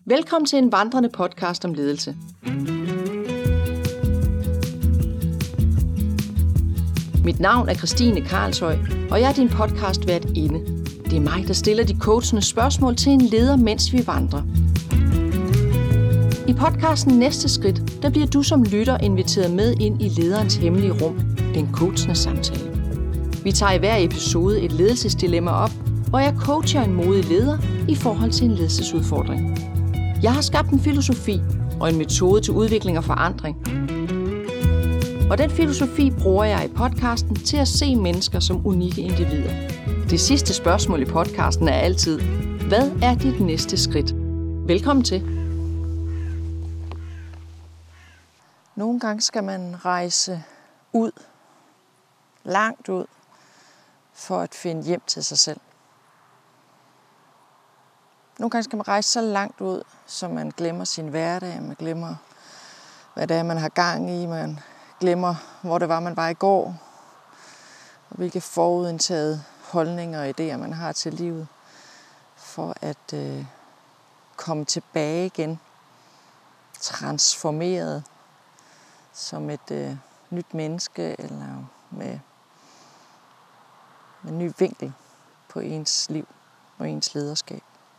Velkommen til en vandrende podcast om ledelse. Mit navn er Christine Karlshøj, og jeg er din podcast vært inde. Det er mig, der stiller de coachende spørgsmål til en leder, mens vi vandrer. I podcasten Næste Skridt, der bliver du som lytter inviteret med ind i lederens hemmelige rum, den coachende samtale. Vi tager i hver episode et ledelsesdilemma op, hvor jeg coacher en modig leder i forhold til en ledelsesudfordring. Jeg har skabt en filosofi og en metode til udvikling og forandring. Og den filosofi bruger jeg i podcasten til at se mennesker som unikke individer. Det sidste spørgsmål i podcasten er altid: hvad er dit næste skridt? Velkommen til. Nogle gange skal man rejse ud, langt ud, for at finde hjem til sig selv. Nogle gange skal man rejse så langt ud, så man glemmer sin hverdag, man glemmer, hvad det er, man har gang i, man glemmer, hvor det var, man var i går, og hvilke forudindtagede holdninger og idéer, man har til livet, for at komme tilbage igen, transformeret som et nyt menneske, eller med en ny vinkel på ens liv og ens lederskab.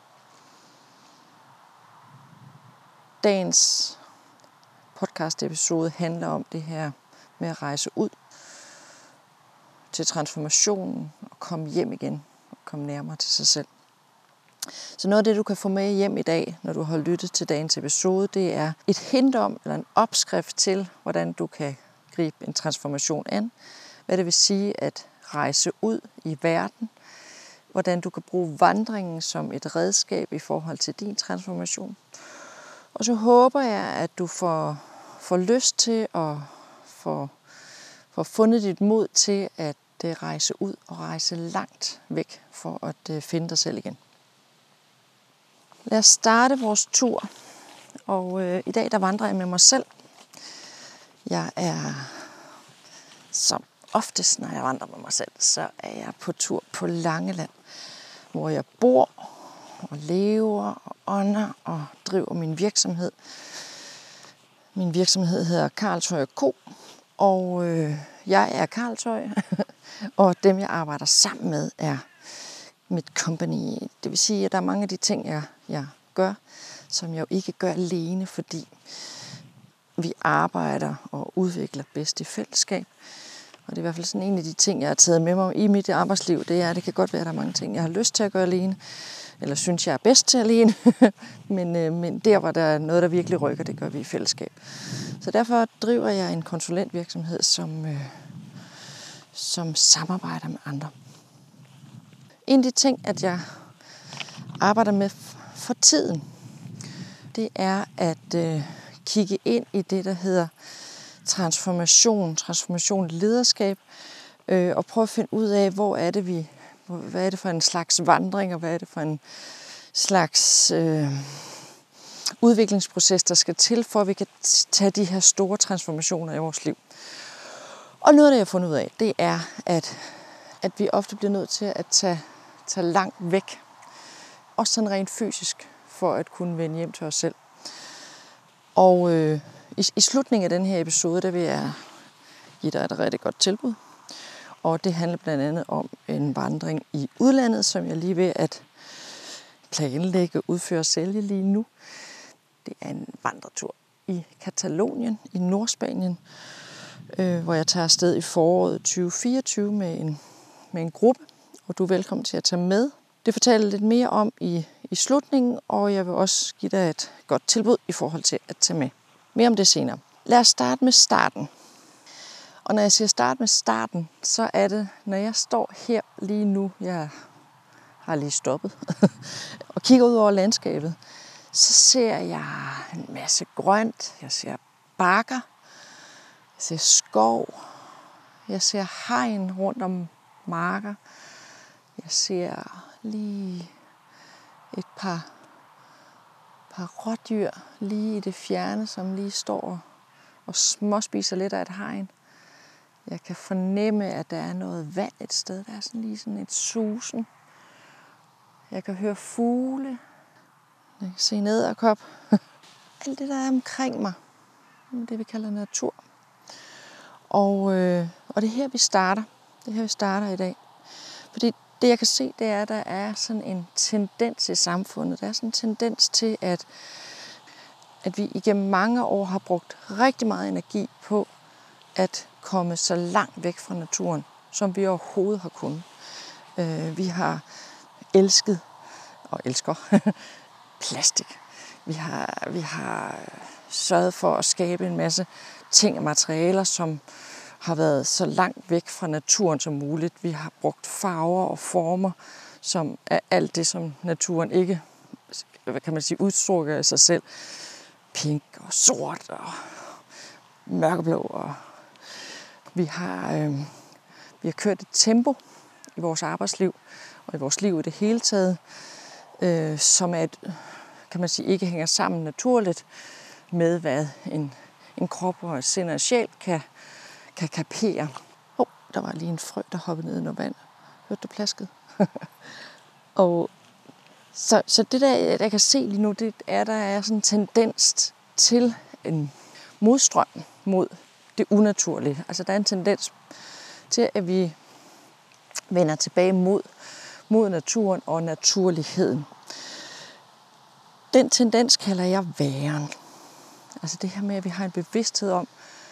Dagens podcast-episode handler om det her med at rejse ud til transformationen og komme hjem igen og komme nærmere til sig selv. Så noget af det, du kan få med hjem i dag, når du har lyttet til dagens episode, det er et hint om, eller en opskrift til, hvordan du kan gribe en transformation an. Hvad det vil sige at rejse ud i verden. Hvordan du kan bruge vandringen som et redskab i forhold til din transformation. Og så håber jeg, at du får lyst til at få fundet dit mod til at rejse ud og rejse langt væk for at finde dig selv igen. Lad os starte vores tur. Og i dag der vandrer jeg med mig selv. Jeg er som oftest, når jeg vandrer med mig selv, så er jeg på tur på Langeland, hvor jeg bor og lever og ånder og driver min virksomhed. Min virksomhed hedder Karlshøj & Co. Og jeg er Karlshøj, og dem jeg arbejder sammen med er mit company. Det vil sige, at der er mange af de ting, jeg gør, som jeg jo ikke gør alene, fordi vi arbejder og udvikler bedst i fællesskab. Og det er i hvert fald sådan en af de ting, jeg har taget med mig i mit arbejdsliv. Det er, at det kan godt være, at der er mange ting, jeg har lyst til at gøre alene. Eller synes, jeg er bedst til alene. men der, hvor der er noget, der virkelig rykker, det gør vi i fællesskab. Så derfor driver jeg en konsulentvirksomhed, som samarbejder med andre. En af de ting, at jeg arbejder med for tiden, det er at kigge ind i det, der hedder transformation, lederskab, og prøve at finde ud af, hvad er det for en slags vandring, og hvad er det for en slags udviklingsproces, der skal til, for at vi kan tage de her store transformationer i vores liv. Og noget, der jeg har fundet ud af, det er, at vi ofte bliver nødt til at tage langt væk, også sådan rent fysisk, for at kunne vende hjem til os selv. Og i slutningen af den her episode, der vil jeg give dig et rigtig godt tilbud. Og det handler blandt andet om en vandring i udlandet, som jeg lige ved at planlægge, udføre og sælge lige nu. Det er en vandretur i Catalonien, i Nordspanien, hvor jeg tager afsted i foråret 2024 med en gruppe. Og du er velkommen til at tage med. Det fortæller lidt mere om i slutningen, og jeg vil også give dig et godt tilbud i forhold til at tage med. Mere om det senere. Lad os starte med starten. Og når jeg siger start med starten, så er det, når jeg står her lige nu, jeg har lige stoppet, og kigger ud over landskabet, så ser jeg en masse grønt, jeg ser bakker, jeg ser skov, jeg ser hegn rundt om marker, jeg ser lige et par rådyr lige i det fjerne, som lige står og småspiser lidt af et hegn. Jeg kan fornemme, at der er noget vand et sted. Der er sådan lige sådan et susen. Jeg kan høre fugle. Jeg kan se en edderkop. Alt det, der er omkring mig. Det, vi kalder natur. Og det er her, vi starter. Det er her, vi starter i dag. Fordi det, jeg kan se, det er, at der er sådan en tendens i samfundet. Der er sådan en tendens til, at vi igennem mange år har brugt rigtig meget energi på at komme så langt væk fra naturen, som vi overhovedet har kunnet. Vi har elsket og elsker plastik. Vi har sørget for at skabe en masse ting og materialer, som har været så langt væk fra naturen som muligt. Vi har brugt farver og former, som er alt det, som naturen ikke, hvad kan man sige, udtrykker i sig selv. Pink og sort og mørkeblå. Og vi har kørt et tempo i vores arbejdsliv og i vores liv i det hele taget, som er kan man sige, ikke hænger sammen naturligt med, hvad en krop og et sind og sjæl kan kapere. Der var lige en frø, der hoppede ned i noget vand. Hørte du plasket? Og så det der, jeg kan se lige nu, det er, der er sådan en tendens til en modstrøm mod det unaturlige. Altså der er en tendens til, at vi vender tilbage mod naturen og naturligheden. Den tendens kalder jeg væren. Altså det her med, at vi har en bevidsthed om,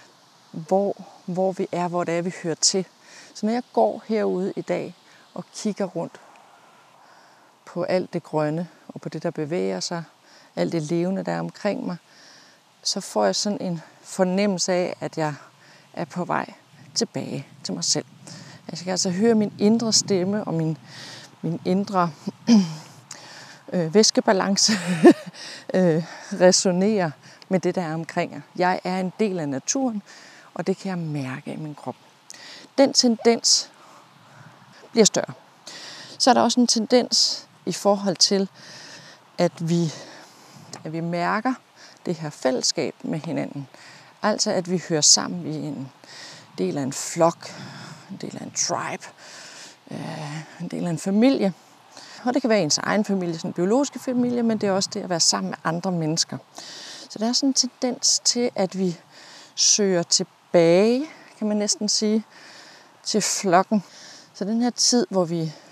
hvor vi er, hvor det er, vi hører til. Så når jeg går herude i dag og kigger rundt på alt det grønne og på det, der bevæger sig, alt det levende, der er omkring mig, så får jeg sådan en fornemmelse af, at jeg er på vej tilbage til mig selv. Jeg kan altså høre min indre stemme og min indre væskebalance resonere med det, der er omkring jer. Jeg er en del af naturen, og det kan jeg mærke i min krop. Den tendens bliver større. Så er der også en tendens i forhold til, at vi mærker det her fællesskab med hinanden. Altså at vi hører sammen i en del af en flok, en del af en tribe, en del af en familie. Og det kan være ens egen familie, sådan en biologisk familie, men det er også det at være sammen med andre mennesker. Så der er sådan en tendens til, at vi søger tilbage, kan man næsten sige, til flokken. Så den her tid, hvor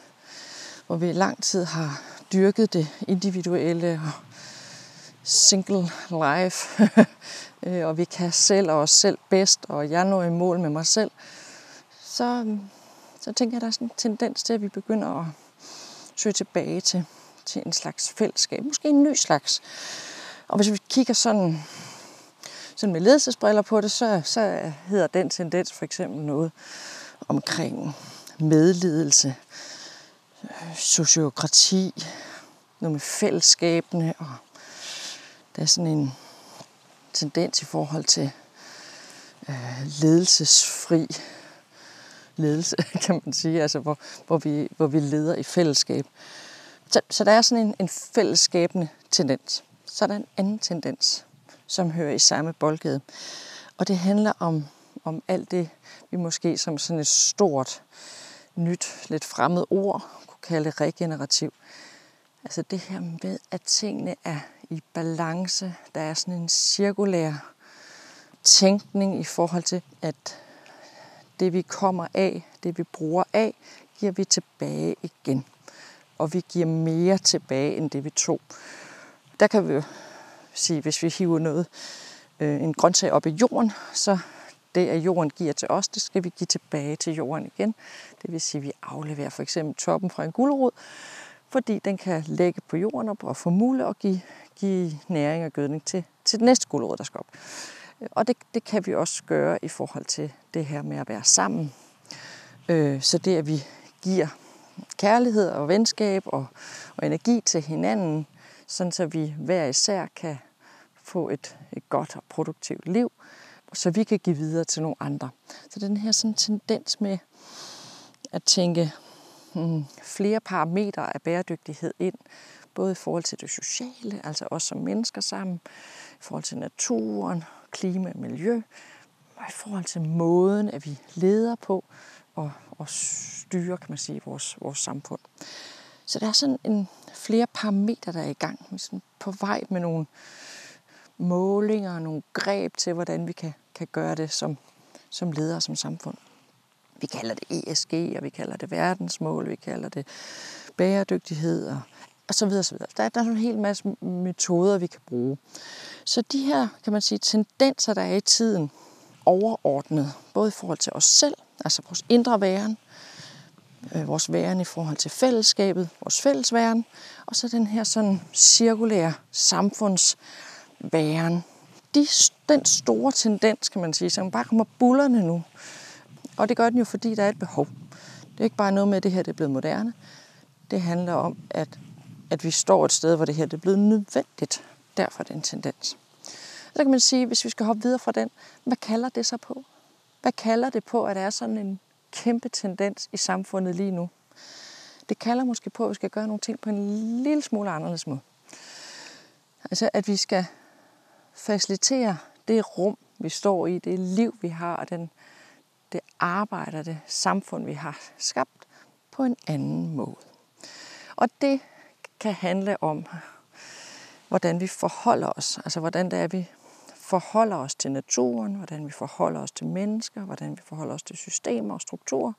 vi i lang tid har dyrket det individuelle og single life, og vi kan selv og os selv bedst, og jeg når i mål med mig selv, så tænker jeg, at der er sådan en tendens til, at vi begynder at søge tilbage til en slags fællesskab. Måske en ny slags. Og hvis vi kigger sådan med ledelsesbriller på det, så hedder den tendens for eksempel noget omkring medledelse, sociokrati, noget med fællesskabene, og der er sådan en tendens i forhold til ledelsesfri ledelse, kan man sige, altså hvor vi leder i fællesskab. Så der er sådan en fællesskabende tendens. Så er der en anden tendens, som hører i samme boldgade. Og det handler om alt det, vi måske som sådan et stort, nyt, lidt fremmed ord kunne kalde regenerativ. Altså det her med, at tingene er i balance. Der er sådan en cirkulær tænkning i forhold til, at det vi kommer af, det vi bruger af, giver vi tilbage igen. Og vi giver mere tilbage, end det vi tog. Der kan vi jo sige, hvis vi hiver noget, en grøntsag op i jorden, så det, at jorden giver til os, det skal vi give tilbage til jorden igen. Det vil sige, at vi afleverer for eksempel toppen fra en gulerod, fordi den kan lægge på jorden op og formule og give næring og gødning til det næste gulerod, der skal op. Og det kan vi også gøre i forhold til det her med at være sammen. Så det, at vi giver kærlighed og venskab og energi til hinanden, sådan så vi hver især kan få et godt og produktivt liv, så vi kan give videre til nogle andre. Så den her sådan tendens med at tænke flere parametre af bæredygtighed ind, både i forhold til det sociale, altså os som mennesker sammen, i forhold til naturen, klima og miljø, og i forhold til måden, at vi leder på og styrer, kan man sige, vores samfund. Så der er sådan en flere parametre, der er i gang. Vi er sådan på vej med nogle målinger og nogle greb til, hvordan vi kan gøre det som ledere som samfund. Vi kalder det ESG, og vi kalder det verdensmål, vi kalder det bæredygtighed og så videre, så videre. Der er en hel masse metoder, vi kan bruge. Så de her, kan man sige, tendenser, der er i tiden, overordnet, både i forhold til os selv, altså vores indre væren, vores væren i forhold til fællesskabet, vores fællesværen, og så den her sådan cirkulære samfundsværen. Den store tendens, kan man sige, som bare kommer bullerne nu. Og det gør den jo, fordi der er et behov. Det er ikke bare noget med, at det her det er blevet moderne. Det handler om, at vi står et sted, hvor det her det er blevet nødvendigt. Derfor er det en tendens. Så kan man sige, hvis vi skal hoppe videre fra den, hvad kalder det så på? Hvad kalder det på, at der er sådan en kæmpe tendens i samfundet lige nu? Det kalder måske på, at vi skal gøre nogle ting på en lille smule anderledes måde. Altså, at vi skal facilitere det rum, vi står i, det liv, vi har, og det arbejde og det samfund, vi har skabt på en anden måde. Og det kan handle om, hvordan vi forholder os. Altså, hvordan det er, vi forholder os til naturen, hvordan vi forholder os til mennesker, hvordan vi forholder os til systemer og strukturer,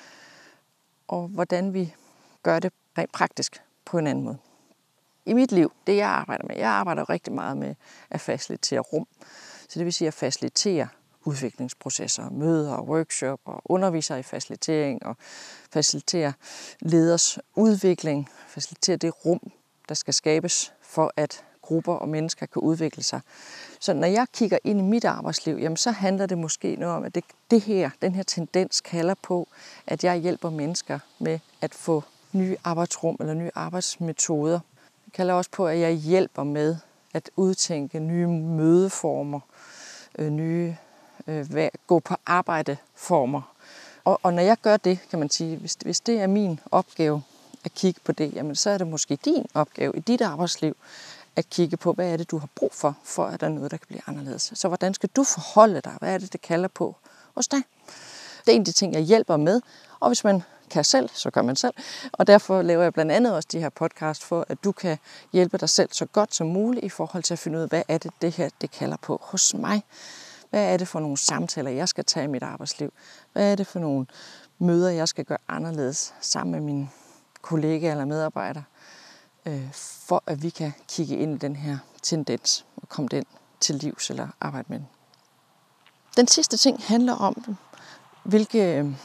og hvordan vi gør det rent praktisk på en anden måde. I mit liv, det jeg arbejder med, jeg arbejder rigtig meget med at facilitere rum. Så det vil sige at facilitere udviklingsprocesser, møder, workshop og undervisere i facilitering og facilitere leders udvikling, facilitere det rum, der skal skabes for at grupper og mennesker kan udvikle sig. Så når jeg kigger ind i mit arbejdsliv, jamen så handler det måske noget om, at den her tendens kalder på, at jeg hjælper mennesker med at få nye arbejdsrum eller nye arbejdsmetoder. Det kalder også på, at jeg hjælper med at udtænke nye mødeformer, nye gå på arbejdeformer. Og når jeg gør det, kan man sige, hvis det er min opgave at kigge på det, jamen så er det måske din opgave i dit arbejdsliv at kigge på, hvad er det, du har brug for at der er noget, der kan blive anderledes. Så hvordan skal du forholde dig? Hvad er det kalder på hos dig? Det er en af de ting, jeg hjælper med, og hvis man kan selv, så gør man selv. Og derfor laver jeg blandt andet også de her podcast for, at du kan hjælpe dig selv så godt som muligt i forhold til at finde ud af, hvad er det her, det kalder på hos mig. Hvad er det for nogle samtaler, jeg skal tage i mit arbejdsliv? Hvad er det for nogle møder, jeg skal gøre anderledes sammen med mine kollegaer eller medarbejdere, for at vi kan kigge ind i den her tendens og komme den til livs eller arbejde med den. Den sidste ting handler om, hvilke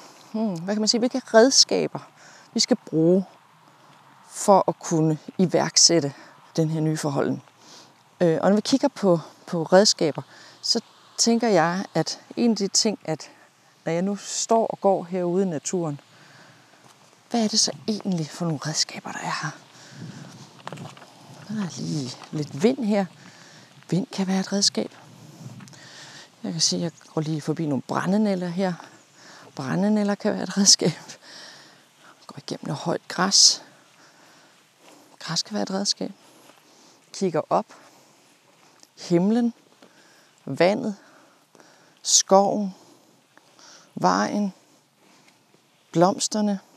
redskaber vi skal bruge for at kunne iværksætte den her nye forholden. Og når vi kigger på redskaber, så tænker jeg, at en af de ting, at når jeg nu står og går herude i naturen, hvad er det så egentlig for nogle redskaber, der er her? Der er lige lidt vind her. Vind kan være et redskab. Jeg kan sige, at jeg går lige forbi nogle brændenælder her. Brændenælder kan være et redskab. Jeg går igennem noget højt græs. Græs kan være et redskab. Kigger op. Himlen. Vandet. Skoven. Vejen. Blomsterne.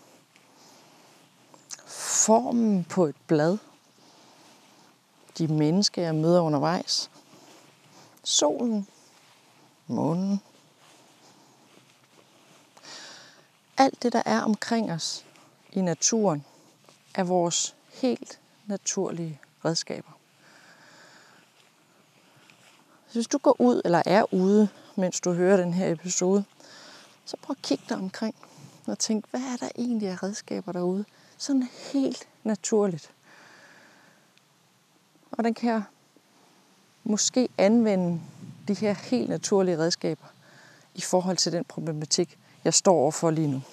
Formen på et blad. De mennesker, jeg møder undervejs. Solen. Månen. Alt det, der er omkring os i naturen, er vores helt naturlige redskaber. Så hvis du går ud eller er ude, mens du hører den her episode, så prøv at kigge dig omkring og tænk, hvad er der egentlig af redskaber derude? Sådan helt naturligt. Og den kan jeg måske anvende de her helt naturlige redskaber i forhold til den problematik, jeg står overfor lige nu.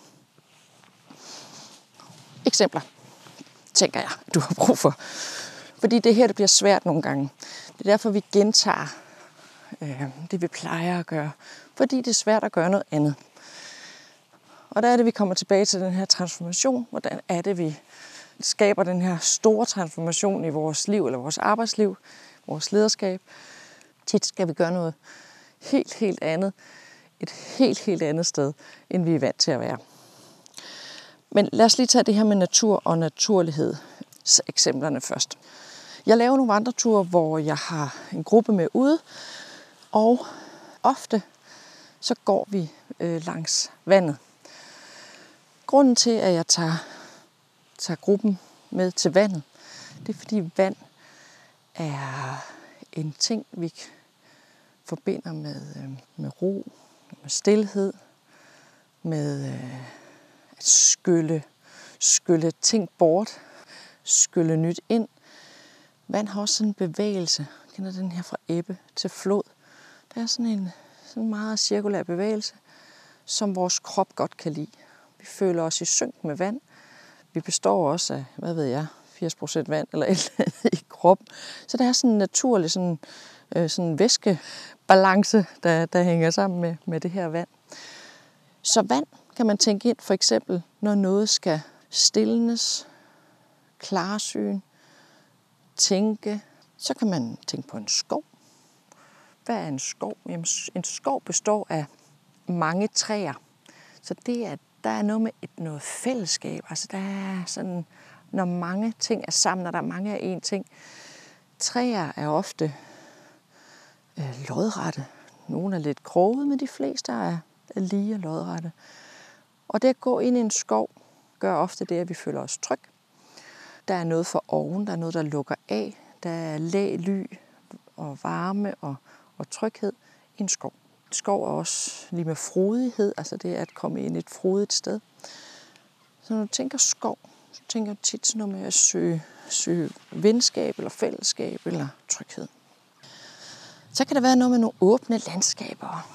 Eksempler, tænker jeg, du har brug for. Fordi det her, det bliver svært nogle gange. Det er derfor, vi gentager det, vi plejer at gøre. Fordi det er svært at gøre noget andet. Og der er det, vi kommer tilbage til den her transformation. Hvordan er det, vi skaber den her store transformation i vores liv, eller vores arbejdsliv, vores lederskab. Tit skal vi gøre noget helt andet. Et helt andet sted, end vi er vant til at være. Men lad os lige tage det her med natur og naturlighed. eksemplerne først. Jeg laver nogle vandreture, hvor jeg har en gruppe med ude, og ofte så går vi langs vandet. Grunden til, at jeg tager gruppen med til vandet, det er fordi vand er en ting, vi forbinder med ro, med stilhed, med at skylle ting bort, skylle nyt ind. Vand har også sådan en bevægelse. Jeg kender den her fra ebbe til flod. Der er sådan en meget cirkulær bevægelse, som vores krop godt kan lide. Vi føler os i synk med vand. Vi består også af, 80% vand eller et eller andet i kroppen. Så der er sådan en naturlig sådan væskebalance, der hænger sammen med det her vand. Så vand kan man tænke ind, for eksempel, når noget skal stilnes, klarsyn, tænke, så kan man tænke på en skov. Hvad er en skov? Jamen, en skov består af mange træer. Så der er noget med noget fællesskab. Altså der er sådan, når mange ting er sammen, når der er mange af én ting. Træer er ofte lodrette. Nogle er lidt kroget, men de fleste er lige og lodrette. Og det at gå ind i en skov gør ofte det, at vi føler os tryg. Der er noget for oven, der er noget, der lukker af. Der er lag, ly og varme og tryghed i en skov. Skov er også lige med frodighed, altså det at komme ind i et frodigt sted. Så når du tænker skov, så tænker du tit sådan noget med at søge venskab eller fællesskab eller tryghed. Så kan der være noget med nogle åbne landskaber.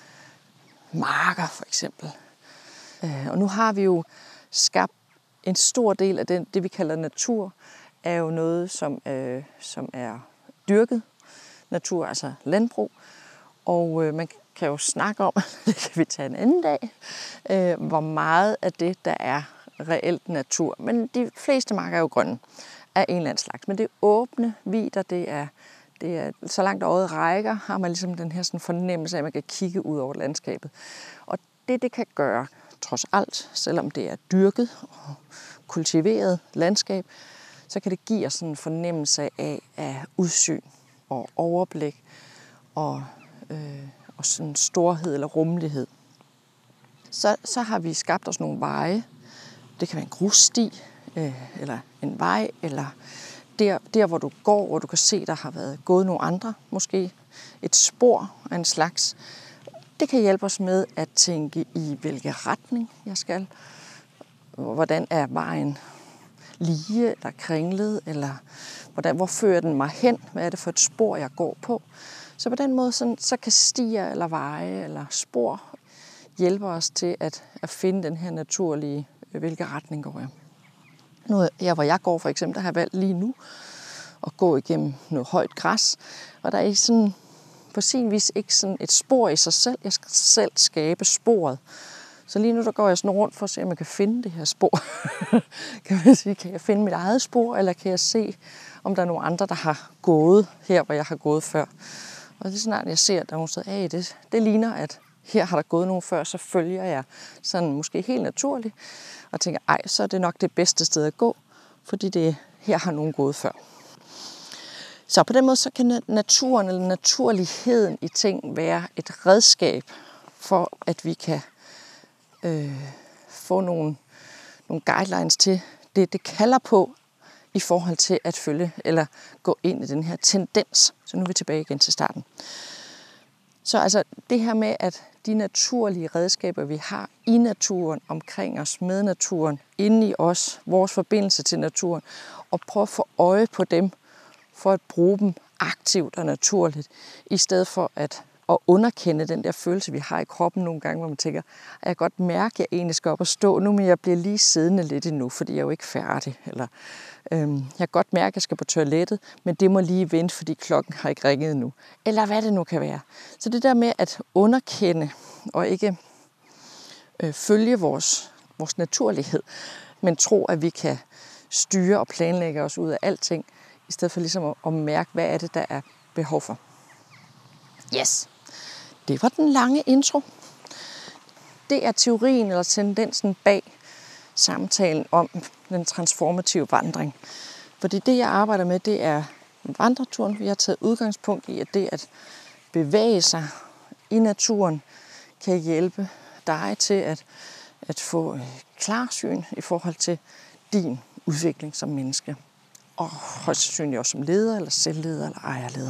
Marker for eksempel. Og nu har vi jo skabt en stor del af det vi kalder natur, er jo noget, som er dyrket natur, altså landbrug. Og man kan jo snakke om, det kan vi tage en anden dag, hvor meget af det, der er reelt natur. Men de fleste marker er jo grønne af en eller anden slags. Men det er åbne vidder, det er så langt øjet rækker, har man ligesom den her sådan fornemmelse af, at man kan kigge ud over landskabet. Og det kan gøre, trods alt, selvom det er dyrket og kultiveret landskab, så kan det give os sådan en fornemmelse af udsyn og overblik og sådan storhed eller rummelighed. Så har vi skabt os nogle veje. Det kan være en grussti, eller en vej, eller der hvor du går, hvor du kan se, der har været gået nogle andre, måske et spor af en slags. Det kan hjælpe os med at tænke i, hvilken retning jeg skal. Hvordan er vejen lige eller kringlet, eller hvor fører den mig hen? Hvad er det for et spor, jeg går på? Så på den måde så kan stier eller veje eller spor hjælpe os til at finde den her naturlige, hvilken retning går jeg. Nu her, hvor jeg går for eksempel, der har jeg valgt lige nu at gå igennem noget højt græs, og der er sådan på sin vis ikke sådan et spor i sig selv. Jeg skal selv skabe sporet. Så lige nu der går jeg sådan rundt for at se, om jeg kan finde det her spor. Kan jeg finde mit eget spor, eller kan jeg se, om der er nogle andre, der har gået her, hvor jeg har gået før. Og det er snart, jeg ser, at der er nogle steder, det ligner, at her har der gået nogen før, så følger jeg sådan måske helt naturligt, og tænker, så er det nok det bedste sted at gå, fordi her har nogen gået før. Så på den måde, så kan naturen eller naturligheden i ting være et redskab for, at vi kan få nogle guidelines til det kalder på i forhold til at følge eller gå ind i den her tendens. Så nu er vi tilbage igen til starten. Så altså det her med, at de naturlige redskaber, vi har i naturen, omkring os, med naturen, inde i os, vores forbindelse til naturen, og prøve at få øje på dem, for at bruge dem aktivt og naturligt, i stedet for at underkende den der følelse, vi har i kroppen nogle gange, hvor man tænker, at jeg kan godt mærke, at jeg egentlig skal op og stå nu, men jeg bliver lige siddende lidt endnu, fordi jeg er jo ikke færdig. Eller jeg kan godt mærke, at jeg skal på toilettet, men det må lige vente, fordi klokken har ikke ringet endnu. Eller hvad det nu kan være. Så det der med at underkende og ikke følge vores naturlighed, men tro, at vi kan styre og planlægge os ud af alting, i stedet for ligesom at mærke, hvad er det, der er behov for. Yes, det var den lange intro. Det er teorien eller tendensen bag samtalen om den transformative vandring. Fordi det, jeg arbejder med, det er vandreturen. Vi har taget udgangspunkt i, at det at bevæge sig i naturen kan hjælpe dig til at få klarsyn i forhold til din udvikling som menneske. Og højst sandsynligt også som leder, eller selvleder, eller ejerleder.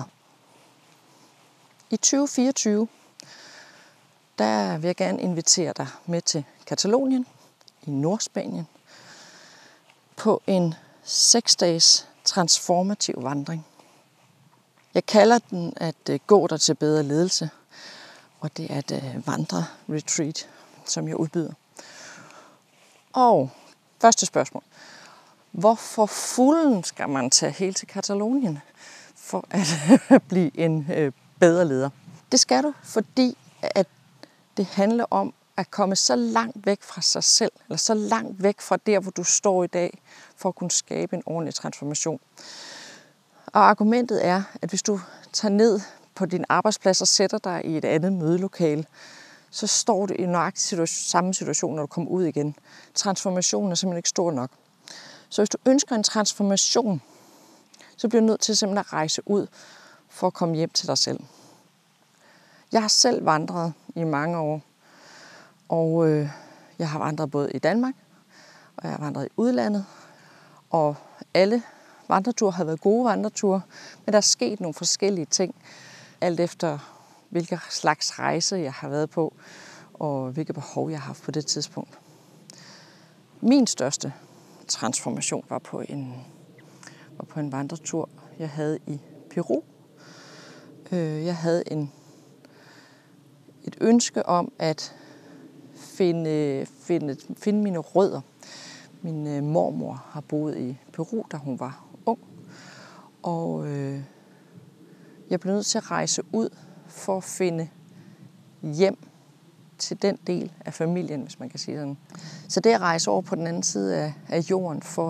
I 2024, der vil jeg gerne invitere dig med til Katalonien i Nordspanien på en 6-dages transformativ vandring. Jeg kalder den at gå der til bedre ledelse, og det er et vandre-retreat, som jeg udbyder. Og første spørgsmål. Hvorfor fulden skal man tage helt til Katalonien for at blive en bedre leder? Det skal du, fordi at det handler om at komme så langt væk fra sig selv, eller så langt væk fra der, hvor du står i dag, for at kunne skabe en ordentlig transformation. Og argumentet er, at hvis du tager ned på din arbejdsplads og sætter dig i et andet mødelokale, så står du i nøjagtig samme situation, når du kommer ud igen. Transformationen er simpelthen ikke stor nok. Så hvis du ønsker en transformation, så bliver du nødt til simpelthen at rejse ud for at komme hjem til dig selv. Jeg har selv vandret i mange år, og jeg har vandret både i Danmark, og jeg har vandret i udlandet, og alle vandreture har været gode vandreture, men der er sket nogle forskellige ting, alt efter hvilke slags rejse jeg har været på, og hvilke behov jeg har haft på det tidspunkt. Min største transformation var på en vandretur, jeg havde i Peru. Jeg havde et ønske om at finde mine rødder. Min mormor har boet i Peru, da hun var ung. Og jeg blev nødt til at rejse ud for at finde hjem til den del af familien, hvis man kan sige sådan. Så det at rejse over på den anden side af jorden for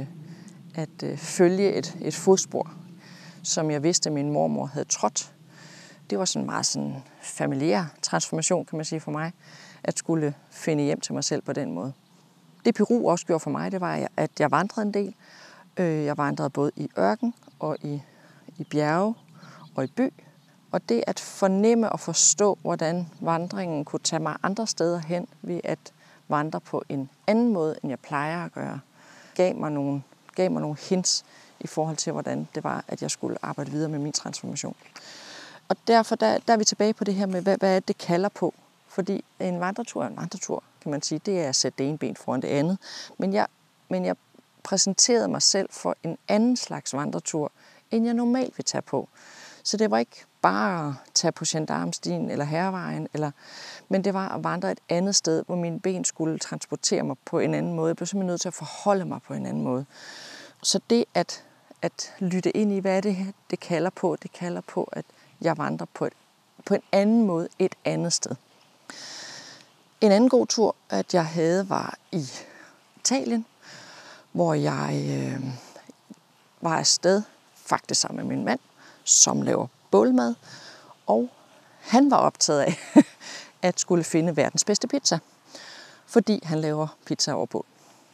at følge et fodspor, som jeg vidste, min mormor havde trådt, det var sådan meget sådan familiær transformation, kan man sige for mig, at skulle finde hjem til mig selv på den måde. Det Peru også gjorde for mig, det var, at jeg vandrede en del. Jeg vandrede både i ørken og i bjerge og i by. Og det at fornemme og forstå, hvordan vandringen kunne tage mig andre steder hen ved at vandre på en anden måde, end jeg plejer at gøre, gav mig nogle hints i forhold til, hvordan det var, at jeg skulle arbejde videre med min transformation. Og derfor der er vi tilbage på det her med, hvad det kalder på. Fordi en vandretur, kan man sige, det er at sætte det ene ben foran det andet. Men jeg præsenterede mig selv for en anden slags vandretur, end jeg normalt vil tage på. Så det var ikke bare at tage på Gendarmestien eller Hærvejen, men det var at vandre et andet sted, hvor mine ben skulle transportere mig på en anden måde. Jeg blev simpelthen nødt til at forholde mig på en anden måde. Så det at lytte ind i, hvad er det kalder på, at jeg vandrer på en anden måde et andet sted. En anden god tur, at jeg havde, var i Italien, hvor jeg var afsted faktisk sammen med min mand, som laver bålmad, og han var optaget af at skulle finde verdens bedste pizza, fordi han laver pizza over bål.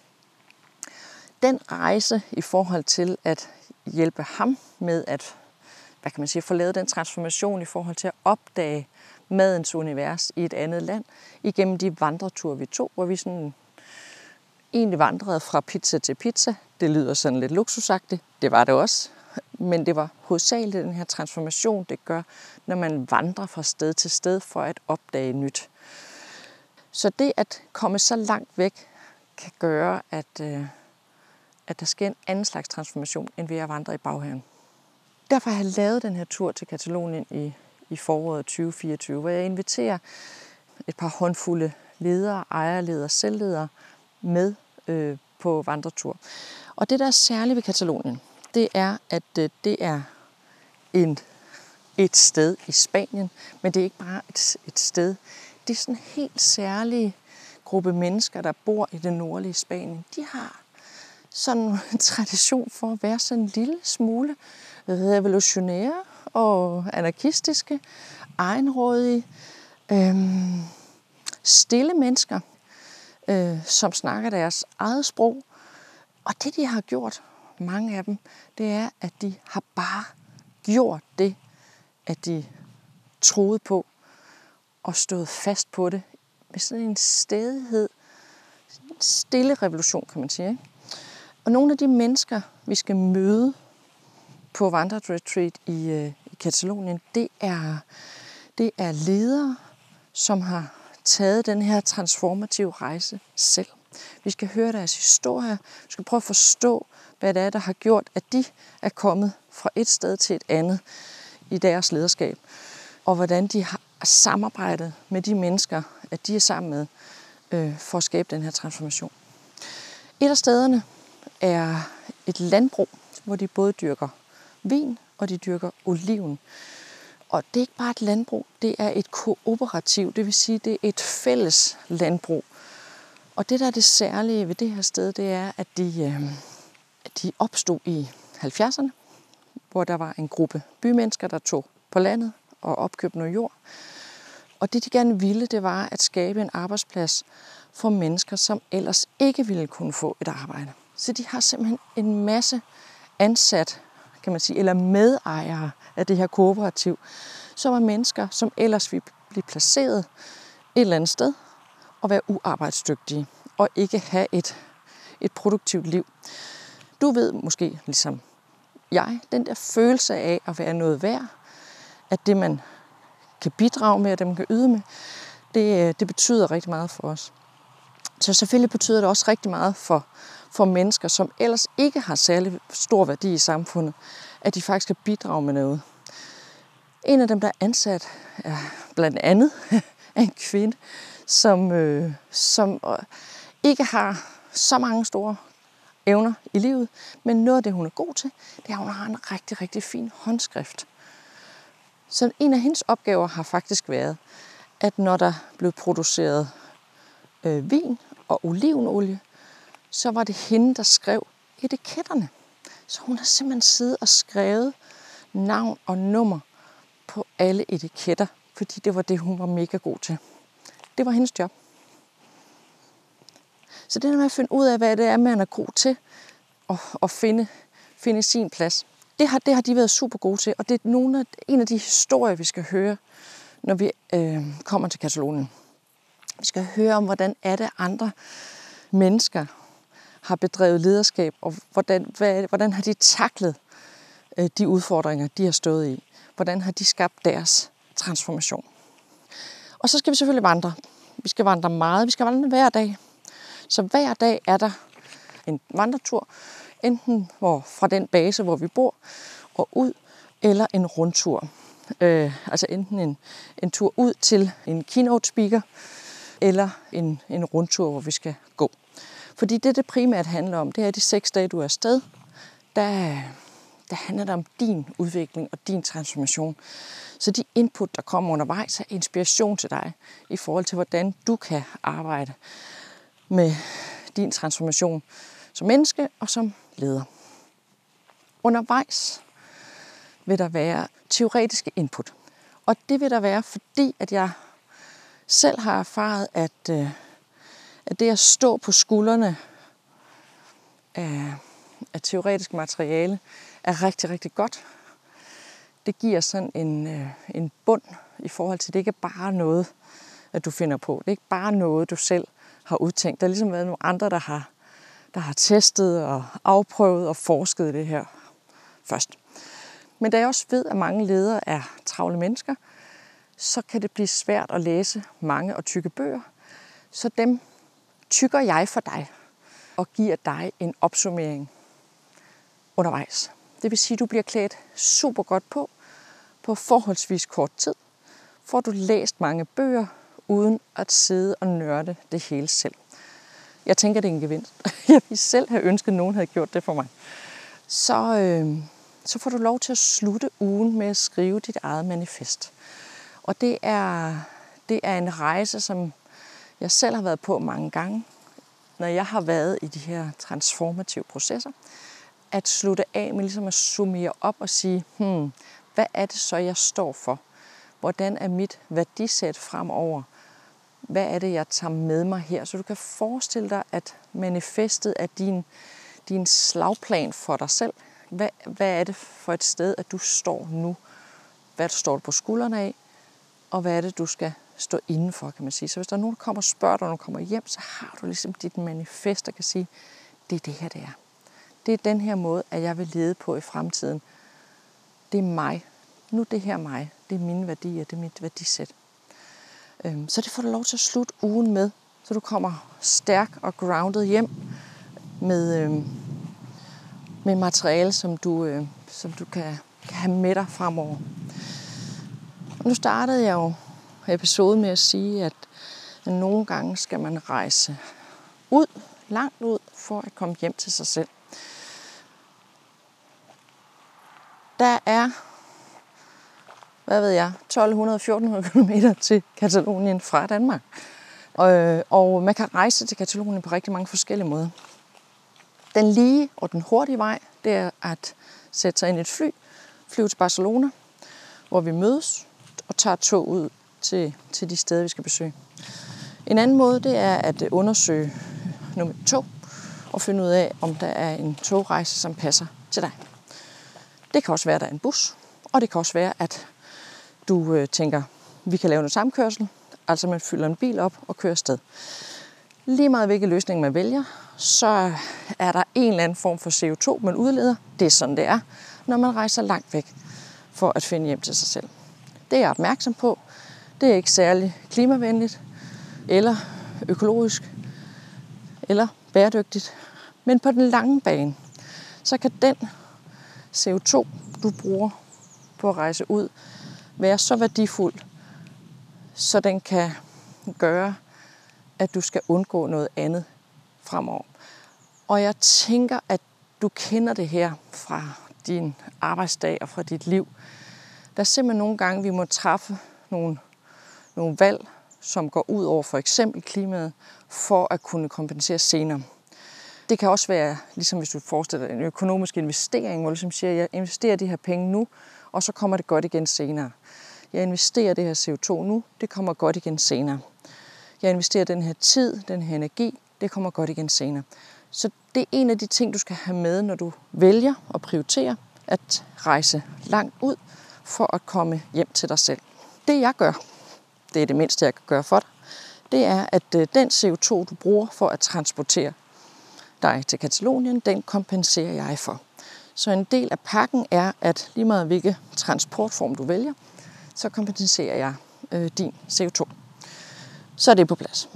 Den rejse i forhold til at hjælpe ham med at, få lavet den transformation i forhold til at opdage madens univers i et andet land, igennem de vandreture vi tog, hvor vi sådan egentlig vandrede fra pizza til pizza. Det lyder sådan lidt luksusagtigt, det var det også. Men det var hovedsageligt den her transformation, det gør, når man vandrer fra sted til sted for at opdage nyt. Så det at komme så langt væk, kan gøre, at der sker en anden slags transformation, end ved at vandre i baghaven. Derfor har jeg lavet den her tur til Katalonien i foråret 2024, hvor jeg inviterer et par håndfulde ledere, ejerledere, selvledere med på vandretur. Og det, der er særligt ved Katalonien, det er, at det er et sted i Spanien, men det er ikke bare et sted. Det er sådan en helt særlig gruppe mennesker, der bor i det nordlige Spanien. De har sådan en tradition for at være sådan en lille smule revolutionære og anarkistiske, egenrådige, stille mennesker, som snakker deres eget sprog. Og det, de har gjort mange af dem, det er, at de har bare gjort det, at de troede på og stået fast på det med sådan en stædighed, en stille revolution, kan man sige. Ikke? Og nogle af de mennesker, vi skal møde på vandretretreat i Katalonien, det er ledere, som har taget den her transformative rejse selv. Vi skal høre deres historie, vi skal prøve at forstå, hvad det er, der har gjort, at de er kommet fra et sted til et andet i deres lederskab, og hvordan de har samarbejdet med de mennesker, at de er sammen med, for at skabe den her transformation. Et af stederne er et landbrug, hvor de både dyrker vin, og de dyrker oliven. Og det er ikke bare et landbrug, det er et kooperativ, det vil sige, det er et fælles landbrug. Og det, der er det særlige ved det her sted, det er, at de opstod i 70'erne, hvor der var en gruppe bymennesker, der tog på landet og opkøbte noget jord. Og det, de gerne ville, det var at skabe en arbejdsplads for mennesker, som ellers ikke ville kunne få et arbejde. Så de har simpelthen en masse ansat, kan man sige, eller medejere af det her kooperativ, som er mennesker, som ellers ville blive placeret et eller andet sted og være uarbejdsdygtige og ikke have et produktivt liv. Du ved måske, ligesom jeg, den der følelse af at være noget værd, at det man kan bidrage med, og det man kan yde med, det betyder rigtig meget for os. Så selvfølgelig betyder det også rigtig meget for mennesker, som ellers ikke har særlig stor værdi i samfundet, at de faktisk kan bidrage med noget. En af dem, der er ansat, er blandt andet en kvinde, som ikke har så mange store evner i livet, men noget af det, hun er god til, det er, at hun har en rigtig, rigtig fin håndskrift. Så en af hendes opgaver har faktisk været, at når der blev produceret vin og olivenolie, så var det hende, der skrev etiketterne. Så hun har simpelthen siddet og skrevet navn og nummer på alle etiketter, fordi det var det, hun var mega god til. Det var hendes job. Så det der med at finde ud af, hvad det er, man er god til, og finde sin plads, det har de været super gode til, og det er en af de historier, vi skal høre, når vi kommer til Katalonien. Vi skal høre om, hvordan er det andre mennesker har bedrevet lederskab, og hvordan har de taklet de udfordringer, de har stået i. Hvordan har de skabt deres transformation. Og så skal vi selvfølgelig vandre. Vi skal vandre meget. Vi skal vandre hver dag. Så hver dag er der en vandretur, enten fra den base, hvor vi bor, og ud, eller en rundtur. Altså enten en tur ud til en keynote speaker, eller en rundtur, hvor vi skal gå. Fordi det primært handler om, det er de 6 dage, du er afsted. Der handler det om din udvikling og din transformation. Så de input, der kommer undervejs, er inspiration til dig i forhold til, hvordan du kan arbejde med din transformation som menneske og som leder. Undervejs vil der være teoretiske input. Og det vil der være, fordi at jeg selv har erfaret, at det at stå på skuldrene af teoretisk materiale er rigtig, rigtig godt. Det giver sådan en bund i forhold til, det ikke er bare noget, at du finder på. Det er ikke bare noget, du selv har udtænkt. Der har ligesom været nogle andre, der har testet og afprøvet og forsket i det her først. Men da jeg også ved, at mange ledere er travle mennesker, så kan det blive svært at læse mange og tykke bøger. Så dem tykker jeg for dig og giver dig en opsummering undervejs. Det vil sige, at du bliver klædt super godt på forholdsvis kort tid. Får du læst mange bøger, uden at sidde og nørde det hele selv. Jeg tænker, det er en gevinst. Jeg ville selv have ønsket, at nogen havde gjort det for mig. Så får du lov til at slutte ugen med at skrive dit eget manifest. Og det er en rejse, som jeg selv har været på mange gange, når jeg har været i de her transformative processer. At slutte af med ligesom at summere op og sige, hvad er det så, jeg står for? Hvordan er mit værdisæt fremover? Hvad er det, jeg tager med mig her? Så du kan forestille dig, at manifestet er din slagplan for dig selv. Hvad er det for et sted, at du står nu? Hvad står du på skuldrene af? Og hvad er det, du skal stå indenfor, kan man sige. Så hvis der er nogen, der kommer og spørger dig, når du kommer hjem, så har du ligesom dit manifest, der kan sige, det er det her, det er. Det er den her måde, at jeg vil lede på i fremtiden. Det er mig. Nu er det her mig. Det er mine værdier, det er mit værdisæt. Så det får du lov til at slutte ugen med, så du kommer stærk og grounded hjem med materiale, som du kan have med dig fremover. Og nu startede jeg jo episoden med at sige, at nogle gange skal man rejse ud, langt ud, for at komme hjem til sig selv. Der er, 1200-1400 km til Katalonien fra Danmark. Og man kan rejse til Katalonien på rigtig mange forskellige måder. Den lige og den hurtige vej, det er at sætte sig ind i et flyve til Barcelona, hvor vi mødes og tager tog ud til de steder, vi skal besøge. En anden måde, det er at undersøge nummer tog og finde ud af, om der er en togrejse, som passer til dig. Det kan også være, at der er en bus, og det kan også være, at du tænker, vi kan lave noget samkørsel, altså man fylder en bil op og kører afsted. Lige meget hvilken løsning man vælger, så er der en eller anden form for CO2, man udleder. Det er sådan, det er, når man rejser langt væk for at finde hjem til sig selv. Det er jeg opmærksom på. Det er ikke særlig klimavenligt, eller økologisk, eller bæredygtigt. Men på den lange bane, så kan den CO2, du bruger på at rejse ud, være så værdifuld, så den kan gøre, at du skal undgå noget andet fremover. Og jeg tænker, at du kender det her fra din arbejdsdag og fra dit liv. Der er simpelthen nogle gange, vi må træffe nogle valg, som går ud over for eksempel klimaet, for at kunne kompensere senere. Det kan også være, ligesom hvis du forestiller dig en økonomisk investering, hvor du ligesom siger, jeg investerer de her penge nu, og så kommer det godt igen senere. Jeg investerer det her CO2 nu, det kommer godt igen senere. Jeg investerer den her tid, den her energi, det kommer godt igen senere. Så det er en af de ting, du skal have med, når du vælger og prioriterer at rejse langt ud for at komme hjem til dig selv. Det jeg gør, det er det mindste, jeg kan gøre for dig, det er, at den CO2, du bruger for at transportere dig til Katalonien, den kompenserer jeg for. Så en del af pakken er, at lige meget hvilken transportform du vælger, så kompenserer jeg din CO2. Så er det på plads.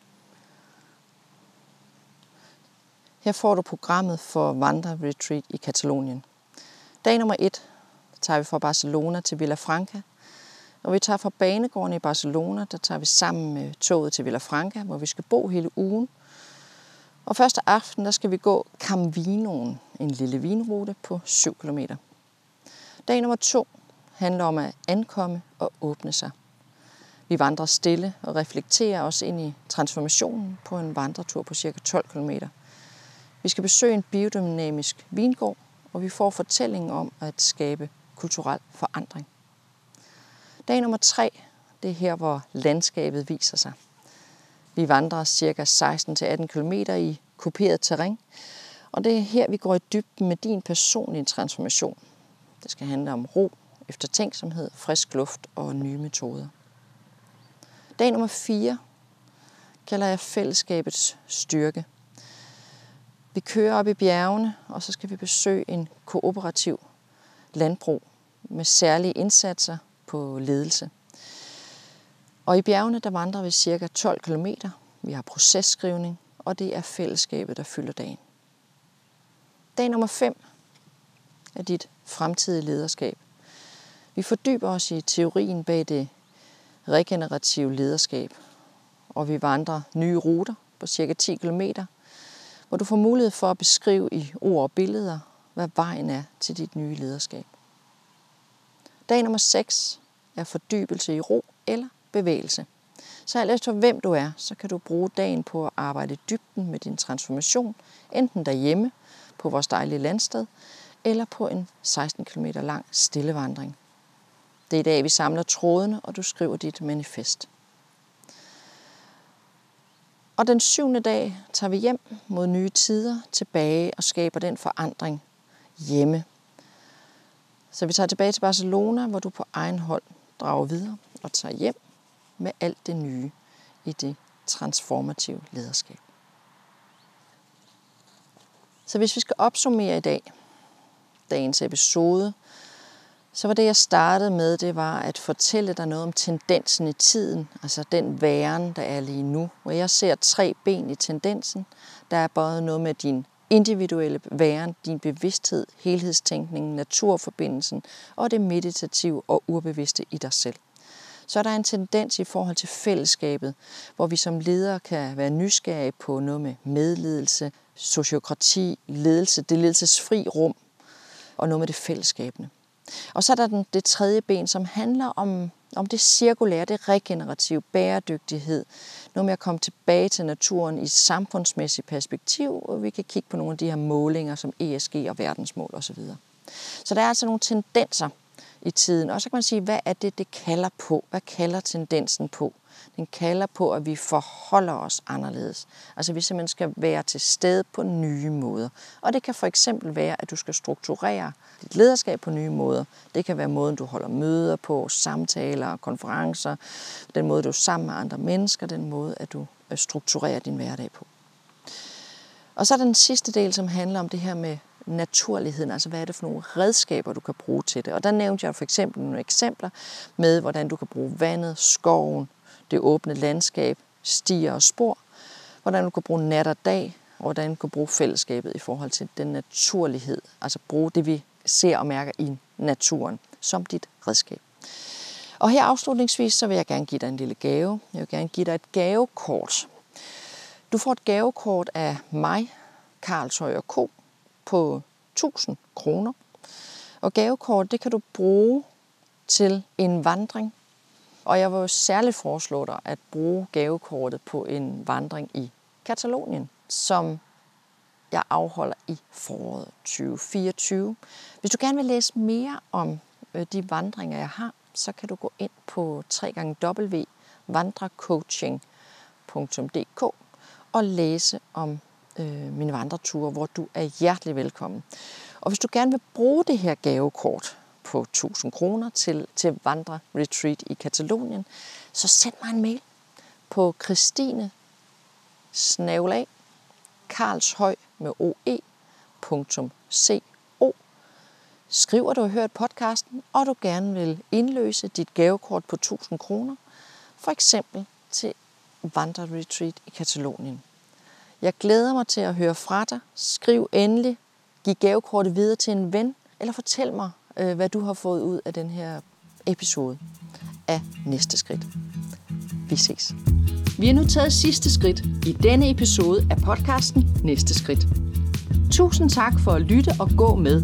Her får du programmet for vandreretreat i Katalonien. Dag nummer 1 tager vi fra Barcelona til Vilafranca. Og vi tager fra banegården i Barcelona, der tager vi sammen med toget til Vilafranca, hvor vi skal bo hele ugen. Og første aften, der skal vi gå Caminoen, en lille vinrute på 7 km. Dag nummer 2 handler om at ankomme og åbne sig. Vi vandrer stille og reflekterer os ind i transformationen på en vandretur på ca. 12 km. Vi skal besøge en biodynamisk vingård, og vi får fortællingen om at skabe kulturel forandring. Dag nummer 3, det er her, hvor landskabet viser sig. Vi vandrer ca. 16-18 km i kuperet terræn, og det er her, vi går i dybden med din personlige transformation. Det skal handle om ro, eftertænksomhed, frisk luft og nye metoder. Dag nummer 4 kalder jeg fællesskabets styrke. Vi kører op i bjergene, og så skal vi besøge en kooperativ landbrug med særlige indsatser på ledelse. Og i bjergene, der vandrer vi ca. 12 km. Vi har processkrivning, og det er fællesskabet, der fylder dagen. Dag nummer 5 er dit fremtidige lederskab. Vi fordyber os i teorien bag det regenerative lederskab, og vi vandrer nye ruter på ca. 10 km, hvor du får mulighed for at beskrive i ord og billeder, hvad vejen er til dit nye lederskab. Dag nummer 6 er fordybelse i ro eller bevægelse. Så alt efter hvem du er, så kan du bruge dagen på at arbejde i dybden med din transformation, enten derhjemme på vores dejlige landsted, eller på en 16 km lang stille vandring. Det er i dag, vi samler trådene, og du skriver dit manifest. Og den 7. dag tager vi hjem mod nye tider, tilbage og skaber den forandring hjemme. Så vi tager tilbage til Barcelona, hvor du på egen hånd drager videre og tager hjem med alt det nye i det transformative lederskab. Så hvis vi skal opsummere i dag, dagens episode, så var det, jeg startede med, det var at fortælle dig noget om tendensen i tiden, altså den væren, der er lige nu. Hvor jeg ser 3 ben i tendensen. Der er både noget med din individuelle væren, din bevidsthed, helhedstænkningen, naturforbindelsen og det meditative og urbevidste i dig selv. Så er der en tendens i forhold til fællesskabet, hvor vi som ledere kan være nysgerrige på noget med medledelse, sociokrati, ledelse, det ledelsesfri rum og noget med det fællesskabende. Og så er der det 3. ben, som handler om det cirkulære, det regenerative, bæredygtighed. Noget med at komme tilbage til naturen i et samfundsmæssigt perspektiv, og vi kan kigge på nogle af de her målinger som ESG og verdensmål osv. Så der er altså nogle tendenser i tiden. Og så kan man sige, hvad er det kalder på? Hvad kalder tendensen på? Den kalder på, at vi forholder os anderledes. Altså vi simpelthen skal være til stede på nye måder. Og det kan for eksempel være, at du skal strukturere dit lederskab på nye måder. Det kan være måden, du holder møder på, samtaler, konferencer, den måde, du er sammen med andre mennesker, den måde, at du strukturerer din hverdag på. Og så er der den sidste del, som handler om det her med naturligheden, altså hvad er det for nogle redskaber, du kan bruge til det. Og der nævnte jeg for eksempel nogle eksempler med, hvordan du kan bruge vandet, skoven, det åbne landskab, stier og spor, hvordan du kan bruge nat og dag, og hvordan du kan bruge fællesskabet i forhold til den naturlighed, altså bruge det, vi ser og mærker i naturen, som dit redskab. Og her afslutningsvis, så vil jeg gerne give dig en lille gave. Jeg vil gerne give dig et gavekort. Du får et gavekort af mig, Karlshøj & Co. på 1000 kroner. Og gavekort, det kan du bruge til en vandring. Og jeg vil jo særligt foreslå dig at bruge gavekortet på en vandring i Katalonien, som jeg afholder i foråret 2024. Hvis du gerne vil læse mere om de vandringer, jeg har, så kan du gå ind på www.vandrecoaching.dk og læse om mine vandreture, hvor du er hjertelig velkommen. Og hvis du gerne vil bruge det her gavekort på 1000 kroner til vandre-retreat i Katalonien, så send mig en mail på Christine@karlshøj.co. Skriv, at du har hørt podcasten, og du gerne vil indløse dit gavekort på 1000 kroner, for eksempel til vandre-retreat i Katalonien. Jeg glæder mig til at høre fra dig. Skriv endelig, giv gavekortet videre til en ven, eller fortæl mig, hvad du har fået ud af den her episode af Næste Skridt. Vi ses. Vi har nu taget sidste skridt i denne episode af podcasten Næste Skridt. Tusind tak for at lytte og gå med.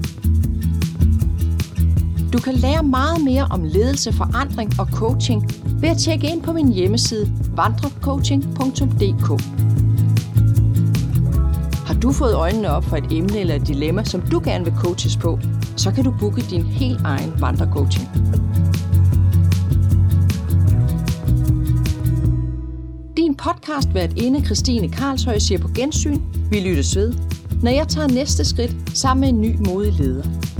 Du kan lære meget mere om ledelse, forandring og coaching ved at tjekke ind på min hjemmeside vandrecoaching.dk. Har du fået øjnene op for et emne eller et dilemma, som du gerne vil coaches på, så kan du booke din helt egen vandrecoaching. Din podcastvært inde Christine Karlshøj siger på gensyn. Vi lyttes ved, når jeg tager næste skridt sammen med en ny modig leder.